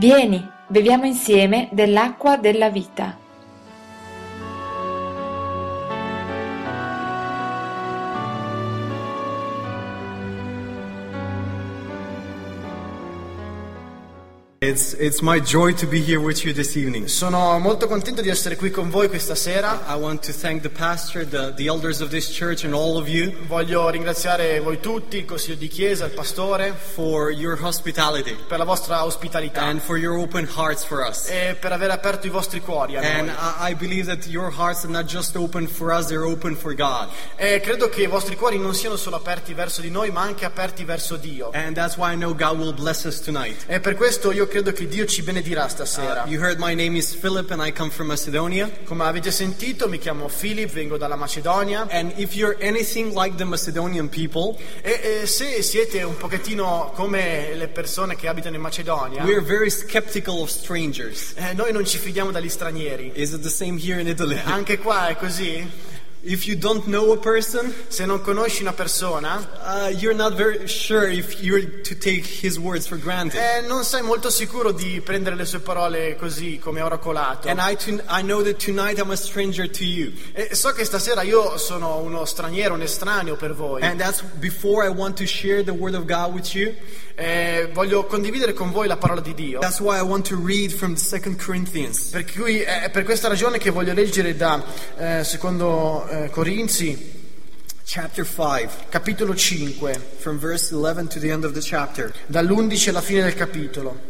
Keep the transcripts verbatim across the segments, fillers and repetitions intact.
Vieni, beviamo insieme dell'acqua della vita. It's it's my joy to be here with you this evening. Sono molto contento di essere qui con voi questa sera. I want to thank the pastor, the, the elders of this church and all of you. Voglio ringraziare voi tutti, il consiglio di chiesa, il pastore, for your hospitality per la vostra ospitalità and for your open hearts for us. E per aver aperto i vostri cuori a and noi. I, I believe that your hearts are not just open for us, they're open for God. E credo che i vostri cuori non siano solo aperti verso di noi, ma anche aperti verso Dio. And that's why I know God will bless us tonight. E per questo io credo che Dio ci benedirà stasera. Uh, you heard my name is Philip and I come from Macedonia. Come avete sentito, mi chiamo Philip, vengo dalla Macedonia. And if you're anything like the Macedonian people, e, e se siete un pochettino come le persone che abitano in Macedonia, we are very skeptical of strangers. Eh, noi non ci fidiamo dagli stranieri. Is it the same here in Italy? Anche qua è così? If you don't know a person, se non conosci una persona, uh, you're not very sure if you're to take his words for granted. Eh, non sei molto sicuro di prendere le sue parole così come oracolato. And I, to, I know that tonight I'm a stranger to you. E so che stasera io sono uno straniero, un estraneo per voi. And that's before I want to share the word of God with you. Eh, voglio condividere con voi la parola di Dio. That's why I want to read from the Second Corinthians. Per cui è per questa ragione che voglio leggere da eh, secondo eh, Corinzi chapter five, capitolo cinque, from verse eleven to the end of the chapter. Dall'undici alla fine del capitolo.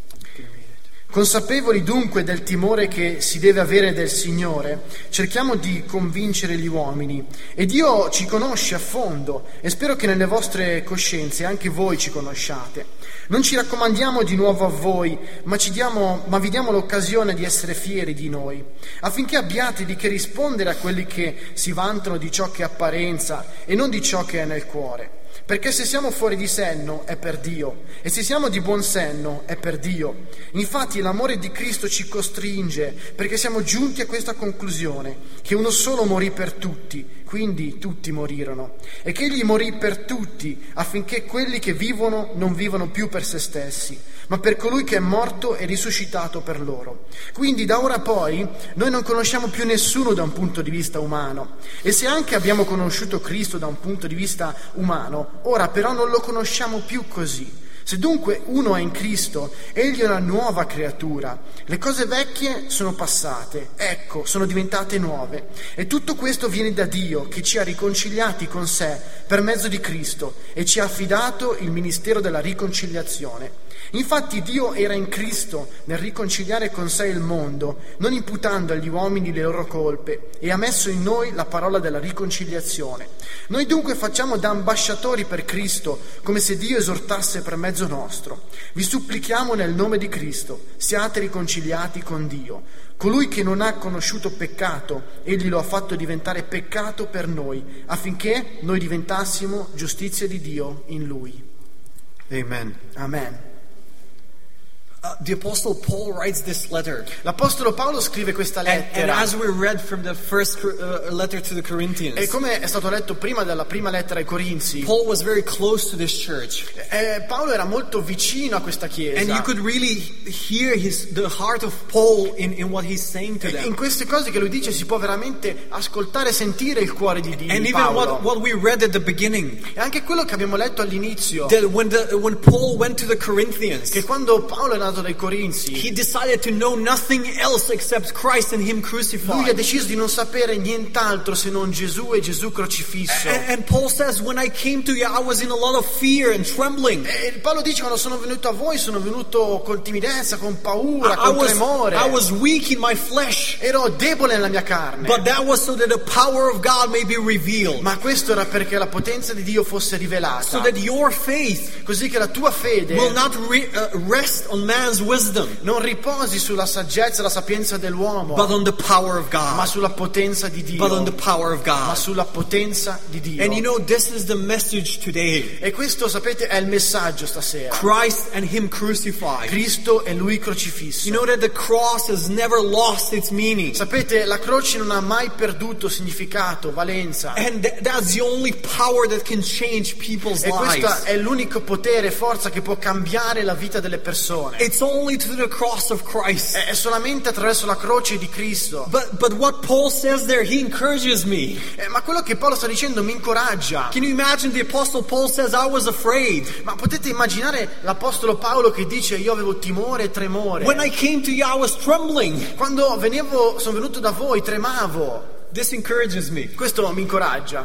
Consapevoli dunque del timore che si deve avere del Signore, cerchiamo di convincere gli uomini. E Dio ci conosce a fondo e spero che nelle vostre coscienze anche voi ci conosciate. Non ci raccomandiamo di nuovo a voi, ma, ci diamo, ma vi diamo l'occasione di essere fieri di noi, affinché abbiate di che rispondere a quelli che si vantano di ciò che è apparenza e non di ciò che è nel cuore. Perché se siamo fuori di senno è per Dio, e se siamo di buon senno è per Dio. Infatti l'amore di Cristo ci costringe, perché siamo giunti a questa conclusione, che uno solo morì per tutti, quindi tutti morirono, e che egli morì per tutti, affinché quelli che vivono non vivono più per se stessi, ma per colui che è morto e risuscitato per loro. Quindi da ora poi noi non conosciamo più nessuno da un punto di vista umano, e se anche abbiamo conosciuto Cristo da un punto di vista umano, ora però non lo conosciamo più così. Se dunque uno è in Cristo, egli è una nuova creatura. Le cose vecchie sono passate, ecco, sono diventate nuove. E tutto questo viene da Dio, che ci ha riconciliati con sé per mezzo di Cristo e ci ha affidato il ministero della riconciliazione. Infatti Dio era in Cristo nel riconciliare con sé il mondo, non imputando agli uomini le loro colpe, e ha messo in noi la parola della riconciliazione. Noi dunque facciamo da ambasciatori per Cristo, come se Dio esortasse per mezzo nostro. Vi supplichiamo nel nome di Cristo, siate riconciliati con Dio. Colui che non ha conosciuto peccato, egli lo ha fatto diventare peccato per noi, affinché noi diventassimo giustizia di Dio in Lui. Amen. Amen. Uh, the Apostle Paul writes this letter. L'Apostolo Paolo scrive questa lettera. And, and as we read from the first uh, letter to the Corinthians, e come è stato letto prima della prima lettera ai Corinzi, Paul was very close to this church. Eh, Paolo era molto vicino a questa chiesa. And you could really hear his the heart of Paul in, in what he's saying to them. In queste cose che lui dice si può veramente ascoltare e sentire il cuore di Dio. And even Paolo. what, what we read at the beginning. E anche quello che abbiamo letto all'inizio. That when the when Paul went to the Corinthians, che quando Paolo è andato dai Corinzi, he decided to know nothing else except Christ and Him crucified. Lui ha deciso di non sapere nient'altro se non Gesù e Gesù crocifisso. And, and Paul says, when I came to you, I was in a lot of fear and trembling. E Paolo dice, quando sono venuto a voi sono venuto con timidezza, con paura, con I was, tremore. I was weak in my flesh. Ero debole nella mia carne. But that was so that the power of God may be revealed. Ma questo era perché la potenza di Dio fosse rivelata. So that your faith così che la tua fede will not re, uh, rest on man's wisdom. Non riposi sulla saggezza e la sapienza dell'uomo, but on the power of God. Ma sulla potenza di Dio. But on the power of God. Ma sulla potenza di Dio. And you know, this is the message today. E questo, sapete, è il messaggio stasera. Christ and Him crucified. Cristo e Lui crocifisso. You know that the cross has never lost its meaning. Sapete, la croce non ha mai perduto significato, valenza. And th- that's the only power that can change people's e lives. E questo è l'unico potere e forza che può cambiare la vita delle persone. It's It's only through the cross of Christ. È solamente attraverso la croce di Cristo. But but what Paul says there, he encourages me. Eh, ma quello che Paolo sta dicendo mi incoraggia. Can you imagine the Apostle Paul says, I was afraid. Ma potete immaginare l'apostolo Paolo che dice io avevo timore e tremore. When I came to you, I was trembling. Quando venevo, sono venuto da voi, tremavo. This encourages me. Questo mi incoraggia.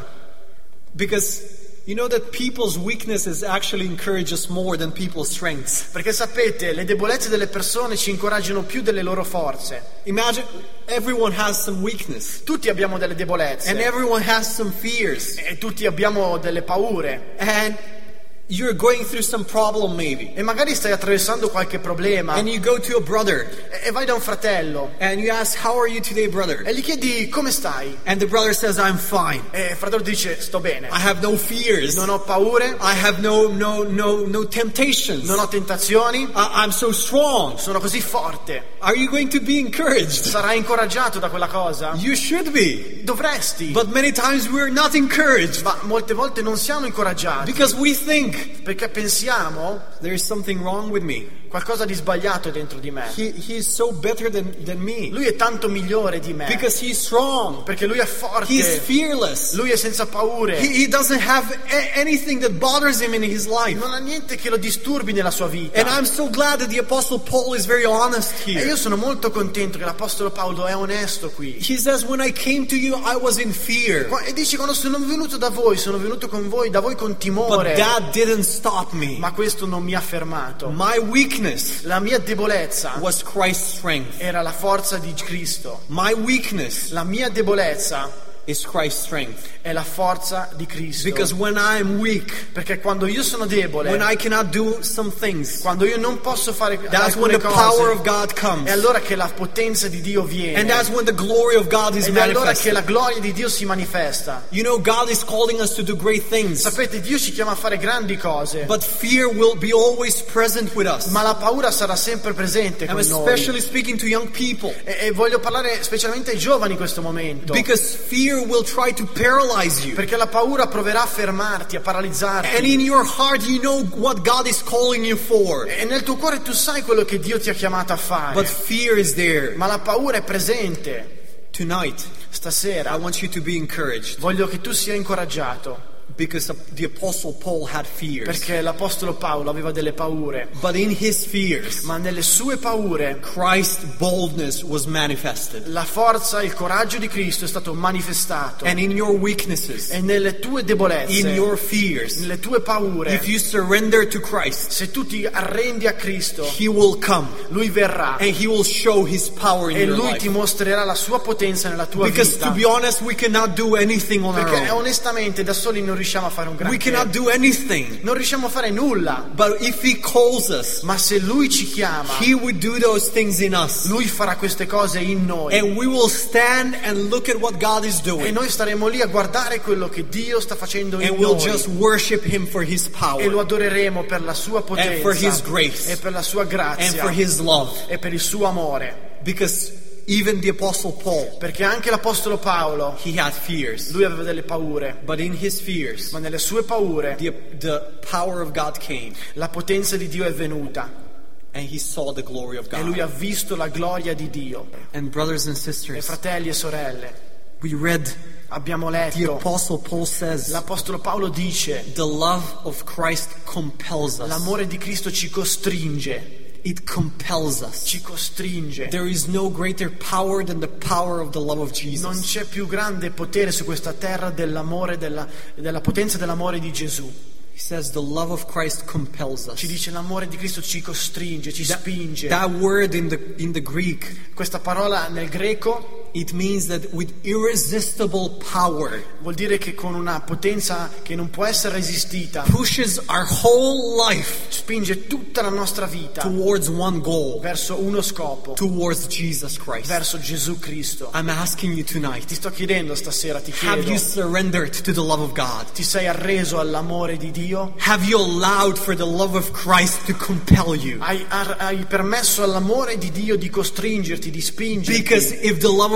Because you know that people's weaknesses actually encourage us more than people's strengths. Perché sapete, le debolezze delle persone ci incoraggiano più delle loro forze. Imagine everyone has some weakness. Tutti abbiamo delle debolezze. And everyone has some fears. E tutti abbiamo delle paure. And you're going through some problem maybe. E magari stai attraversando qualche problema. And you go to a brother. E vai da un fratello. And you ask, how are you today, brother? E gli chiedi come stai. And the brother says, I'm fine. E il fratello dice sto bene. I have no fears. Non ho paure. I have no no no no temptations. Non ho tentazioni. I, I'm so strong. Sono così forte. Are you going to be encouraged? Sarai incoraggiato da quella cosa? You should be. Dovresti. But many times we're not encouraged. Ma molte volte non siamo incoraggiati. Because we think, perché pensiamo there is something wrong with me. Qualcosa di sbagliato dentro di me. He, he is so better than, than me. Lui è tanto migliore di me. Because he's strong. Perché lui è forte. He's fearless. Lui è senza paure. He, he doesn't have a, anything that bothers him in his life. Non ha niente che lo disturbi nella sua vita. And I'm so glad that the Apostle Paul is very honest here. E io sono molto contento che l'Apostolo Paolo è onesto qui. He says, when I came to you, I was in fear. E dice, quando sono venuto da voi, sono venuto con voi, da voi con timore. But that didn't stop me. Ma questo non mi ha fermato. My weakness, la mia debolezza, was Christ's strength. Era la forza di Cristo. My weakness, la mia debolezza, is Christ's strength. È la forza di Cristo. Because when I am weak, perché quando io sono debole, when I cannot do some things, quando io non posso fare that's when the cose, power of God comes. È allora che la potenza di Dio viene. And that's when the glory of God is Ed è allora manifested. che la gloria di Dio si manifesta. You know, God is calling us to do great things. Sapete, Dio ci chiama a fare grandi cose. But fear will be always present with us. Ma la paura sarà sempre presente I'm con especially noi. speaking to young people. E, e voglio parlare specialmente ai giovani in questo momento. Because fear will try to paralyze you. Perché la paura proverà a fermarti, a paralizzarti. And in your heart you know what God is calling you for. E nel tuo cuore tu sai quello che Dio ti ha chiamato a fare. But fear is there. Ma la paura è presente. Tonight, stasera, I want you to be encouraged. Voglio che tu sia incoraggiato. Because the Apostle Paul had fears. Perché l'Apostolo Paolo aveva delle paure. But in his fears, ma nelle sue paure, Christ's boldness was manifested. La forza, il coraggio di Cristo è stato manifestato. And in your weaknesses, e nelle tue debolezze, in your fears, nelle tue paure, if you surrender to Christ, se tu ti arrendi a Cristo, He will come. Lui verrà. And He will show His power in e your Lui life. ti mostrerà la sua potenza nella tua Because vita. to be honest, we cannot do anything on Perché our own. onestamente da soli non riusciamo a fare un granché. We cannot do anything. Non riusciamo a fare nulla. But if He calls us, ma se Lui ci chiama, He would do those things in us. Lui farà queste cose in noi. And we will stand and look at what God is doing. E noi staremo lì a guardare quello che Dio sta facendo in and noi. we'll just worship Him for His power. E lo adoreremo per la sua potenza. And for His grace. E per la sua grazia. And for His love. E per il suo amore. Because even the Apostle Paul, perché anche l'Apostolo Paolo, he had fears. Lui aveva delle paure. But in his fears, ma nelle sue paure, the, the power of God came. La potenza di Dio è venuta. And he saw the glory of God. E lui ha visto la gloria di Dio. And brothers and sisters, e fratelli e sorelle, we read, abbiamo letto, the Apostle Paul says, l'Apostolo Paolo dice, the love of Christ compels us. L'amore di Cristo ci costringe. It compels us. Ci costringe. There is no greater power than the power of the love of Jesus. Non c'è più grande potere su questa terra dell'amore, della, della potenza dell'amore di Gesù. He says the love of Christ compels us. Ci dice l'amore di Cristo ci costringe, ci that, spinge. That word in the in the Greek, questa parola nel greco, it means that with irresistible power, vuol dire che con una potenza che non può essere resistita, pushes our whole life, spinge tutta la nostra vita towards one goal, verso uno scopo, towards Jesus Christ. Verso Gesù Cristo. I'm asking you tonight. Ti sto chiedendo stasera, ti chiedo. Have you surrendered to the love of God? Ti sei arreso all'amore di Dio? Have you allowed for the love of Christ to compel you? Hai, hai permesso all'amore di Dio di costringerti, di spingerti? Because if the love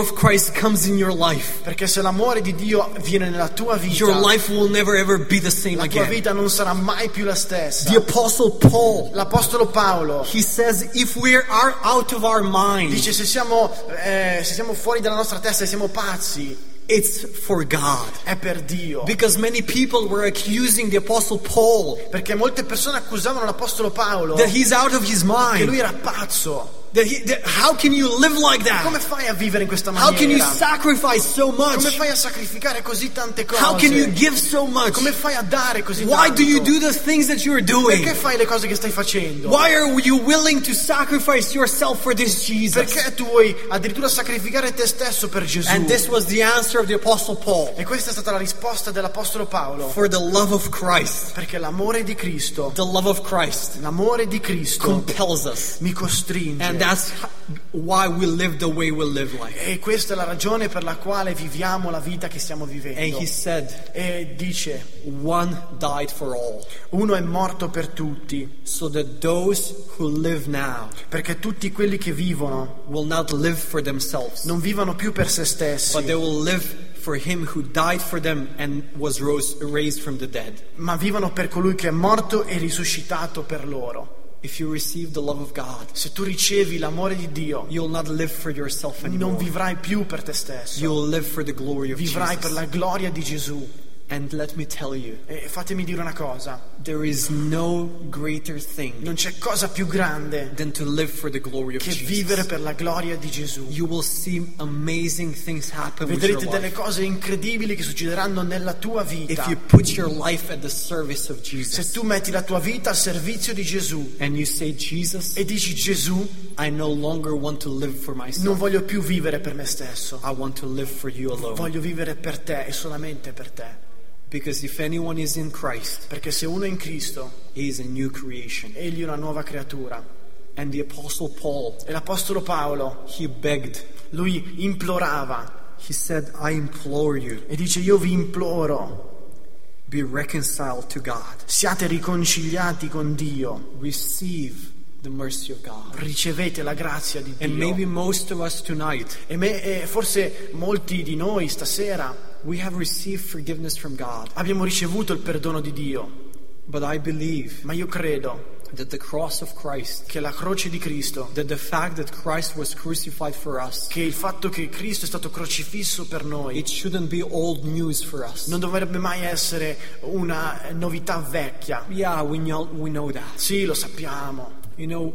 of Christ comes in your life, Perché se l'amore di Dio viene nella tua vita, your life will never ever be the same la tua again. vita non sarà mai più la stessa. The Apostle Paul, L'Apostolo Paolo he says, if we are out of our mind, dice: se siamo, eh, se siamo fuori dalla nostra testa e siamo pazzi, it's for God. è per Dio. Because many people were accusing the Apostle Paul Perché molte persone accusavano l'Apostolo Paolo that he's out of his che lui mind. era pazzo. That he, that, how can you live like Come that? fai a vivere in questa How can you maniera? sacrifice so Come much? fai a sacrificare così tante cose? How can you give so much? Come fai a dare così Why tanto? do you do the things that you're doing? Perché fai le cose che stai facendo? Why are you willing to sacrifice yourself for this Jesus? Perché tu vuoi addirittura sacrificare te stesso per Gesù? And this was the answer of the Apostle Paul. E questa è stata la risposta dell'Apostolo Paolo. For the love of Christ. Perché l'amore di Cristo, The love of Christ l'amore di Cristo compels us. mi costringe. And that's why we live the way we live like. E questa è la ragione per la quale viviamo la vita che stiamo And vivendo. he said, E dice: one died for all, uno è morto per tutti, so that those who live now perché tutti quelli che vivono will not live for themselves, non vivono più per se stessi, but they will live for him who died for them and was rose, raised from the dead. ma vivono per colui che è morto e risuscitato per loro. If you receive the love of God, Se tu ricevi l'amore di Dio, you'll not live for yourself non anymore. vivrai più per te stesso, You'll live for the glory of vivrai per Jesus. la gloria di Gesù. And let me tell you, E fatemi dire una cosa: there is no greater thing non c'è cosa più grande than to live for the glory of che vivere Jesus. per la gloria di Gesù. You will see amazing things happen with Vedrete your delle life cose incredibili che succederanno nella tua vita if you put your life at the service of se Jesus. tu metti la tua vita al servizio di Gesù And you say, Jesus, e dici: Gesù, I no longer want to live for non myself. voglio più vivere per me stesso, I want to live for you alone. voglio vivere per te e solamente per te. Because if anyone is in Christ, Perché se uno è in Cristo, he is a new creation. egli è una nuova creatura. And the Apostle Paul, E l'Apostolo Paolo, he begged. lui implorava He said, I implore you, e dice: io vi imploro, be reconciled to God. siate riconciliati con Dio, Receive the mercy of God. ricevete la grazia di And maybe Dio. most of us tonight, E, me, e forse molti di noi stasera we have received forgiveness from God. abbiamo ricevuto il perdono di Dio, But I believe ma io credo that the cross of Christ, che la croce di Cristo, that the fact that Christ was crucified for us, che il fatto che Cristo è stato crocifisso per noi it shouldn't be old news for us. non dovrebbe mai essere una novità vecchia. Yeah, we know, we know that. Sì, lo sappiamo. You know,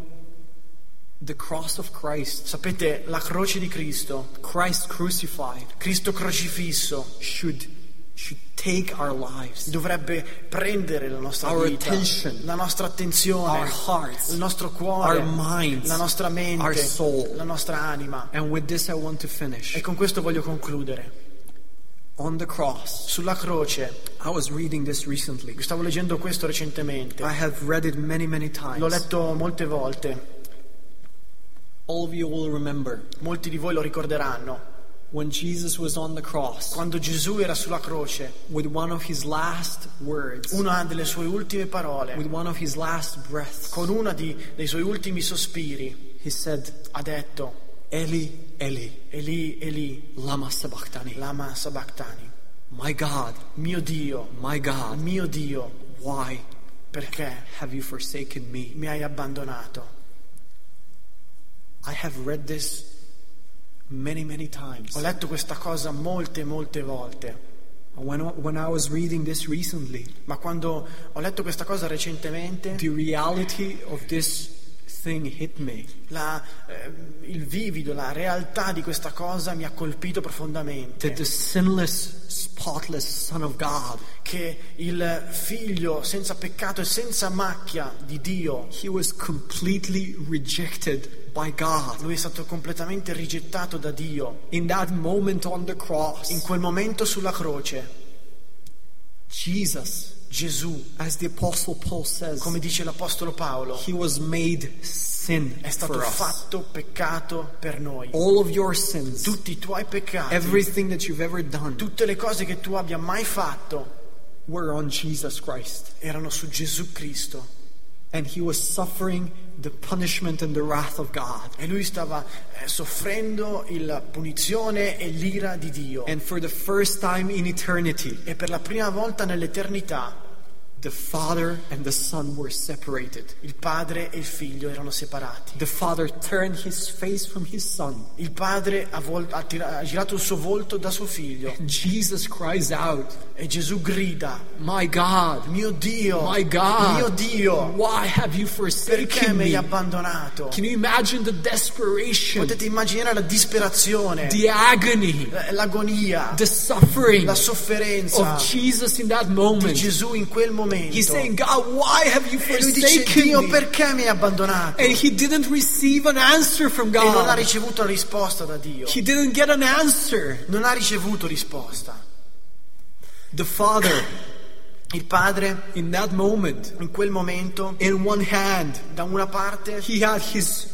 the cross of Christ, Sapete, la croce di Cristo, Christ crucified, Cristo crocifisso, should should take our lives, dovrebbe prendere la nostra our vita, attention, la nostra attenzione, our hearts, il nostro cuore, our minds, la nostra mente, our soul. la nostra anima. And with this I want to finish. E con questo voglio concludere. On the cross, Sulla croce, I was reading this recently. stavo leggendo questo recentemente, I have read it many, many l'ho times. letto molte volte, All of you will remember molti di voi lo ricorderanno. when Jesus was on the cross, Quando Gesù era sulla croce, with one of his last words, una delle sue ultime parole, with one of his last breaths, con una di, dei suoi ultimi sospiri, he said, ha detto: Eli, Eli, Eli, Eli, lama sabachthani. lama sabachthani. My God, Mio Dio, my God, mio Dio, why perché have you forsaken me? mi hai abbandonato? I have read this many, many times. Ho letto questa cosa molte, molte volte, When, when I was reading this recently, ma quando ho letto questa cosa recentemente, the reality of this thing hit me. la, eh, il vivido, la realtà di questa cosa mi ha colpito profondamente. That the sinless, spotless Son of God, Che il figlio senza peccato e senza macchia di Dio, he was completely rejected by God. lui è stato completamente rigettato da Dio. In that moment on the cross, In quel momento sulla croce, Jesus, Gesù, as the Apostle Paul says, come dice l'Apostolo Paolo, he was made sin è stato for us. fatto peccato per noi. All of your sins, Tutti i tuoi peccati, everything that you've ever done, tutte le cose che tu abbia mai fatto were on Jesus Christ. erano su Gesù Cristo. And he was suffering the punishment and the wrath of God. E lui stava eh, soffrendo la punizione e l'ira di Dio. And for the first time in eternity, E per la prima volta nell'eternità, the Father and the Son were separated. il padre e il figlio erano separati. The Father turned his face from his Son. Il padre ha, vol- ha, tira- ha girato il suo volto da suo figlio. And Jesus cries out, E Gesù grida: My God, mio Dio, my God, mio Dio, why have you perché forsaken mi hai me? abbandonato? Can you imagine the desperation, Potete immaginare la disperazione, the agony, l- l'agonia, the suffering la sofferenza of Jesus in that di moment? Gesù in quel momento. He's saying, God, why have you E lui dice: forsaken Dio, me? perché mi hai abbandonato? And he didn't receive an answer from E non ha God. ricevuto una risposta da Dio. He didn't get an answer. Non ha ricevuto risposta. The Father, Il padre, in that moment, in quel momento, in one hand, da una parte he had his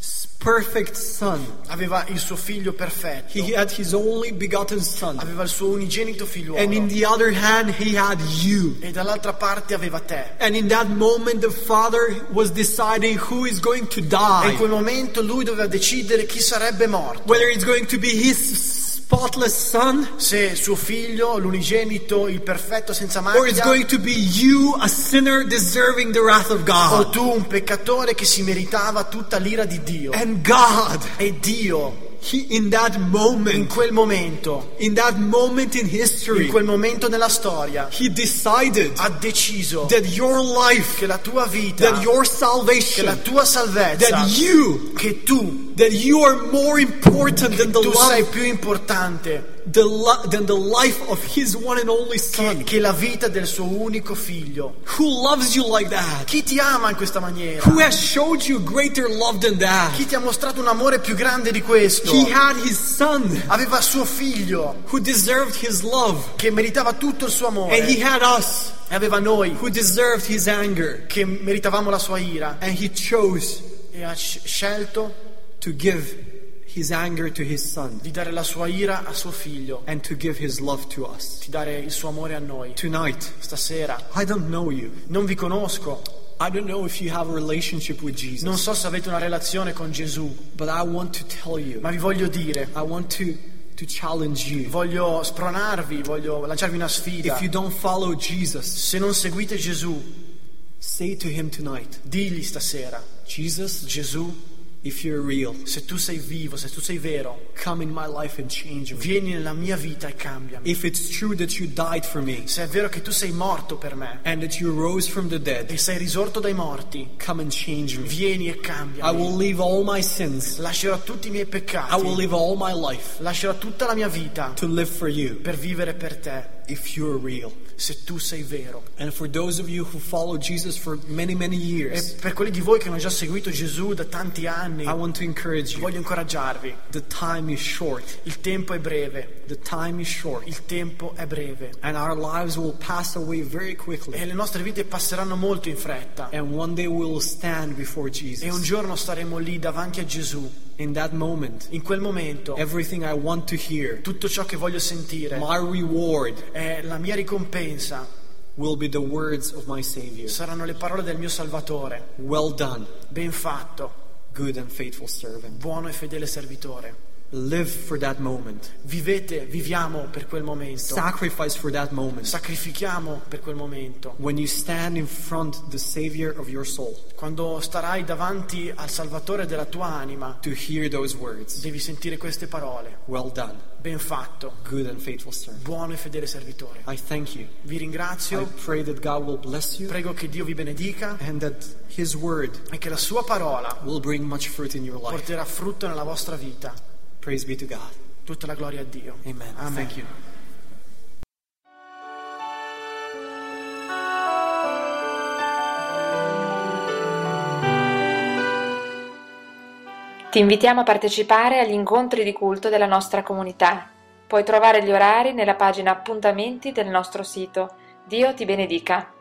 perfect Son. aveva il suo figlio perfetto, He had his only begotten Son. aveva il suo unigenito figliuolo, And in the other hand, he had you. e dall'altra parte aveva te. And in that moment, the Father was deciding who is going to E in die. quel momento lui doveva decidere chi sarebbe morto. Whether it's going to be his spotless Son, Se suo figlio, l'unigenito, il perfetto senza or it's macchia, going to be you, a sinner deserving the wrath of o God. tu, un peccatore che si meritava tutta l'ira di Dio. And God, E Dio, He in that in moment, quel momento, in that moment in history, in quel momento nella storia, He decided ha deciso that your life, che la tua vita, that your che la salvation, tua salvezza, that you, che tu, that you are more important than the tu sei love, più importante the lo- than the life of His one and only che, Son, che la vita del suo unico figlio. who loves you like that, Chi ti ama in questa maniera? who has showed you greater love than that. Chi ti ha mostrato un amore più grande di questo? He had His Son, Aveva suo figlio who deserved His love, che meritava tutto il suo amore, and He had us, e aveva noi who deserved His anger, che meritavamo la sua ira, and He chose e ha sc- scelto to give His anger to His Son di dare la sua ira a suo figlio, and to give His love to us. di dare il suo amore a noi. Tonight, Stasera I don't know you. non vi conosco, I don't know if you have a relationship with Jesus, non so se avete una relazione con Gesù, but I want to tell you, ma vi voglio dire, I want to, to challenge you. voglio spronarvi, voglio lanciarvi una sfida. If you don't follow Jesus, Se non seguite Gesù, say to Him tonight, digli stasera: Jesus, Gesù, if you're real, se tu sei vivo, se tu sei vero, come in my life and change me. vieni nella mia vita e cambiami. If it's true that you died for me Se è vero che tu sei morto per me and that you rose from the dead, e sei risorto dai morti, come and change me. vieni e I will cambiami. leave all my sins. Lascerò tutti i miei I will peccati, live all my life lascerò tutta la mia vita to live for you per vivere per te, if you're real. se tu sei vero. And for those of you who follow Jesus for many, many E years, per quelli di voi che hanno già seguito Gesù da tanti anni, I want to encourage you. voglio incoraggiarvi. The time is short. Il tempo è breve, The time is short. il tempo è breve, And our lives will pass away very quickly. e le nostre vite passeranno molto in fretta, And one day we will stand before e un Jesus. giorno staremo lì davanti a Gesù. In that moment, In quel momento everything I want to hear, tutto ciò che voglio sentire, my reward, è la mia ricompensa, will be the words of my Savior. saranno le parole del mio Salvatore: Well done, ben fatto, good and faithful servant. buono e fedele servitore. Live for that moment. Vivete, viviamo per quel momento, Sacrifice for that moment. sacrifichiamo per quel momento. When you stand in front the Savior of your soul, Quando starai davanti al Salvatore della tua anima, to hear those words. devi sentire queste parole: Well done, ben fatto, good and faithful servant. buono e fedele servitore. I thank you. Vi I ringrazio, pray that God will bless you prego che Dio vi benedica and that His word e che la sua parola will bring much fruit in your life. porterà frutto nella vostra vita. Praise be to God. Tutta la gloria a Dio. Amen. Amen. Thank you. Ti invitiamo a partecipare agli incontri di culto della nostra comunità. Puoi trovare gli orari nella pagina appuntamenti del nostro sito. Dio ti benedica.